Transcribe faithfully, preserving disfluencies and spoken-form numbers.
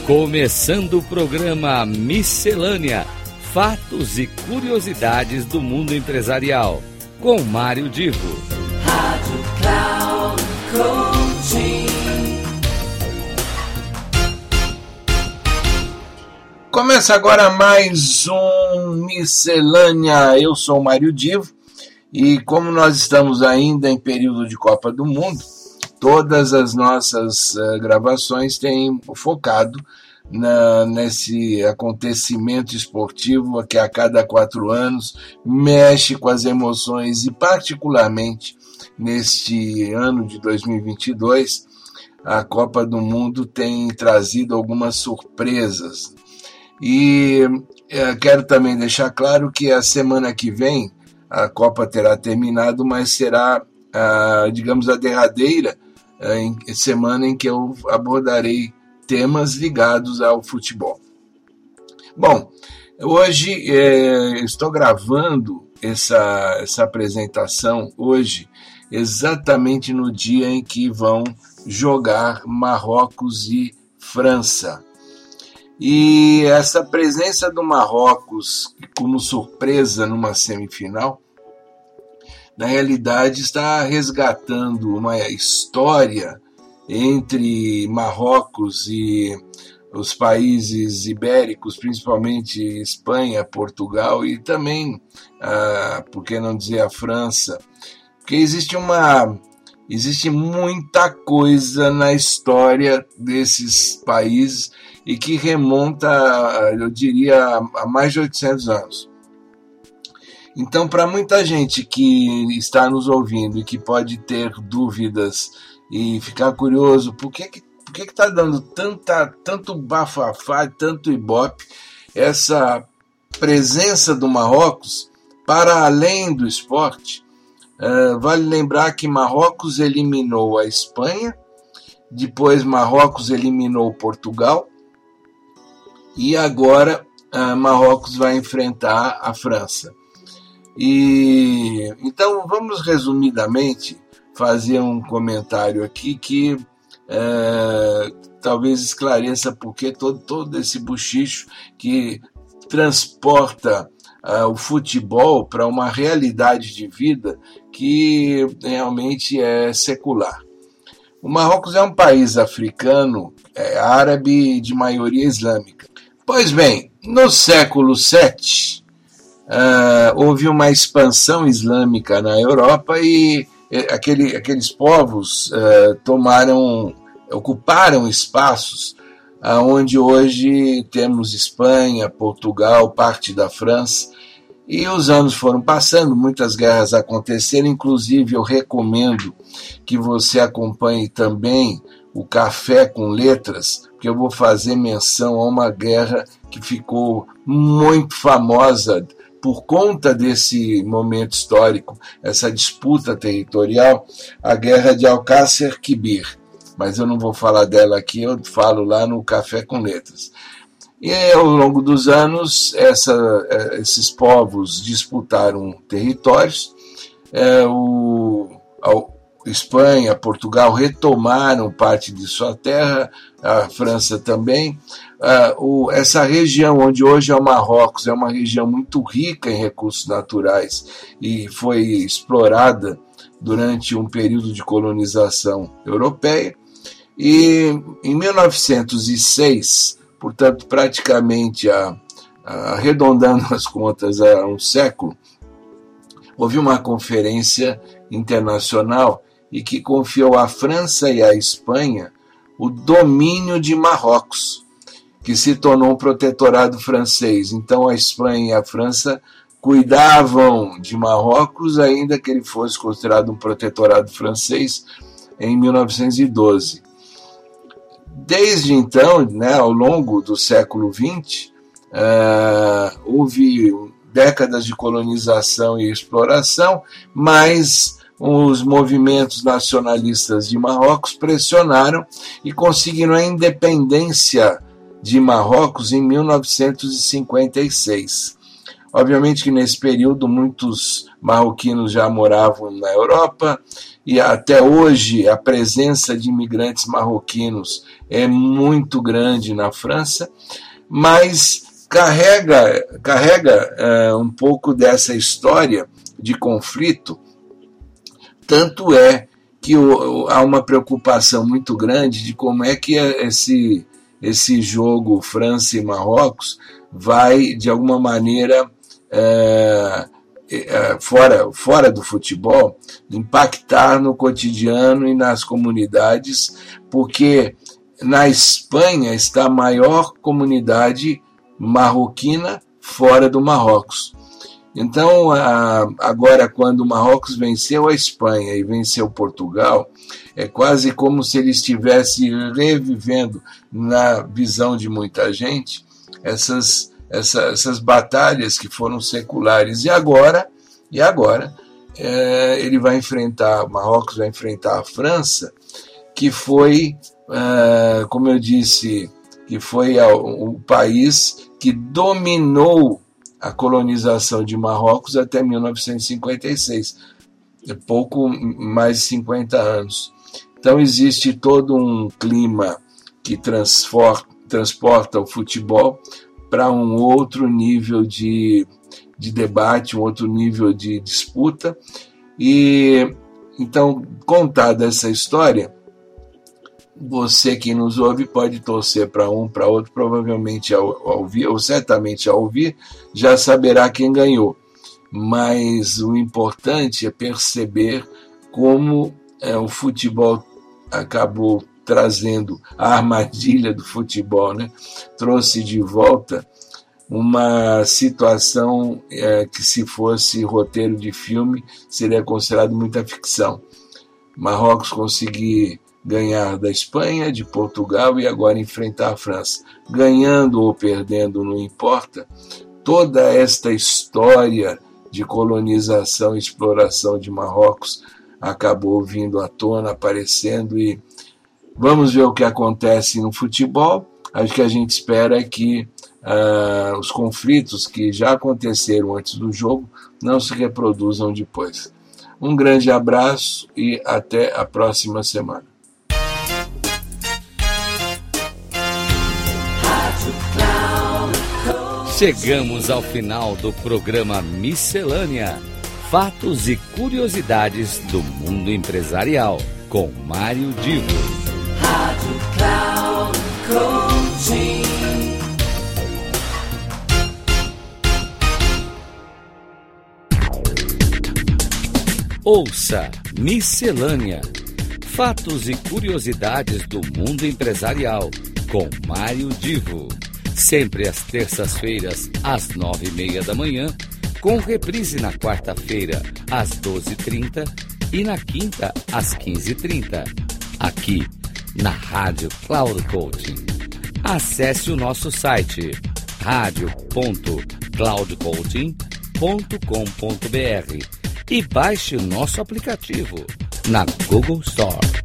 Começando o programa Miscelânea: Fatos e Curiosidades do Mundo Empresarial, com Mário Divo. Rádio Cloud Coaching. Começa agora mais um Miscelânea. Eu sou o Mário Divo e como nós estamos ainda em período de Copa do Mundo, todas as nossas uh, gravações têm focado na, nesse acontecimento esportivo que a cada quatro anos mexe com as emoções e particularmente neste ano de dois mil e vinte e dois, a Copa do Mundo tem trazido algumas surpresas. E uh, quero também deixar claro que a semana que vem a Copa terá terminado, mas será, uh, digamos, a derradeira em semana em que eu abordarei temas ligados ao futebol. Bom, hoje é, estou gravando essa, essa apresentação hoje, exatamente no dia em que vão jogar Marrocos e França. E essa presença do Marrocos como surpresa numa semifinal, na realidade, está resgatando uma história entre Marrocos e os países ibéricos, principalmente Espanha, Portugal e também, ah, por que não dizer, a França, porque existe uma, existe muita coisa na história desses países e que remonta, eu diria, a mais de oitocentos anos. Então, para muita gente que está nos ouvindo e que pode ter dúvidas e ficar curioso, por que que por que está dando tanta, tanto bafafá, tanto ibope, essa presença do Marrocos para além do esporte? Uh, vale lembrar que Marrocos eliminou a Espanha, depois Marrocos eliminou Portugal e agora uh, Marrocos vai enfrentar a França. E então vamos resumidamente fazer um comentário aqui que é, talvez esclareça porque todo, todo esse buchicho que transporta uh, o futebol para uma realidade de vida que realmente é secular. O Marrocos é um país africano, é, árabe de maioria islâmica. Pois bem, no século sétimo, Uh, houve uma expansão islâmica na Europa e uh, aquele, aqueles povos uh, tomaram, ocuparam espaços uh, onde hoje temos Espanha, Portugal, parte da França, e os anos foram passando, muitas guerras aconteceram, inclusive eu recomendo que você acompanhe também o Café com Letras, porque eu vou fazer menção a uma guerra que ficou muito famosa por conta desse momento histórico, essa disputa territorial, a guerra de Alcácer Quibir. Mas eu não vou falar dela aqui, eu falo lá no Café com Letras. E ao longo dos anos, essa, esses povos disputaram territórios, é, o, a Espanha, Portugal retomaram parte de sua terra, a França também. Uh, o, essa região onde hoje é o Marrocos é uma região muito rica em recursos naturais e foi explorada durante um período de colonização europeia. E em mil novecentos e seis, portanto praticamente a, a, arredondando as contas a um século, houve uma conferência internacional e que confiou à França e à Espanha o domínio de Marrocos, que se tornou um protetorado francês. Então a Espanha e a França cuidavam de Marrocos, ainda que ele fosse considerado um protetorado francês, em mil novecentos e doze. Desde então, né, ao longo do século vinte, uh, houve décadas de colonização e exploração, mas os movimentos nacionalistas de Marrocos pressionaram e conseguiram a independência de Marrocos em mil novecentos e cinquenta e seis. Obviamente que nesse período muitos marroquinos já moravam na Europa e até hoje a presença de imigrantes marroquinos é muito grande na França, mas carrega, carrega é, um pouco dessa história de conflito. Tanto é que há uma preocupação muito grande de como é que esse, esse jogo França e Marrocos vai, de alguma maneira, é, é, fora, fora do futebol, impactar no cotidiano e nas comunidades, porque na Espanha está a maior comunidade marroquina fora do Marrocos. Então, agora, quando o Marrocos venceu a Espanha e venceu Portugal, é quase como se ele estivesse revivendo, na visão de muita gente, essas, essa, essas batalhas que foram seculares. E agora, e agora é, ele vai enfrentar, o Marrocos vai enfrentar a França, que foi, é, como eu disse, que foi o, o país que dominou a colonização de Marrocos até mil novecentos e cinquenta e seis, pouco mais de cinquenta anos. Então existe todo um clima que transporta o futebol para um outro nível de, de debate, um outro nível de disputa. E então, contada essa história, você que nos ouve pode torcer para um, para outro, provavelmente ao, ao ouvir, ou certamente ao ouvir, já saberá quem ganhou. Mas o importante é perceber como é, o futebol acabou trazendo a armadilha do futebol, né? Trouxe de volta uma situação é, que, se fosse roteiro de filme, seria considerado muita ficção. Marrocos conseguir ganhar da Espanha, de Portugal e agora enfrentar a França. Ganhando ou perdendo, não importa, toda esta história de colonização e exploração de Marrocos acabou vindo à tona, aparecendo, e vamos ver o que acontece no futebol. Acho que a gente espera que uh, os conflitos que já aconteceram antes do jogo não se reproduzam depois. Um grande abraço e até a próxima semana. Chegamos ao final do programa Miscelânea: Fatos e Curiosidades do Mundo Empresarial, com Mário Divo. Rádio Cloud Coaching. Ouça Miscelânea: Fatos e Curiosidades do Mundo Empresarial, com Mário Divo. Sempre às terças-feiras, às nove e meia da manhã, com reprise na quarta-feira, às doze e trinta e na quinta, às quinze e trinta, aqui na Rádio Cloud Coaching. Acesse o nosso site rádio ponto cloud coaching ponto com ponto b r e baixe o nosso aplicativo na Google Store.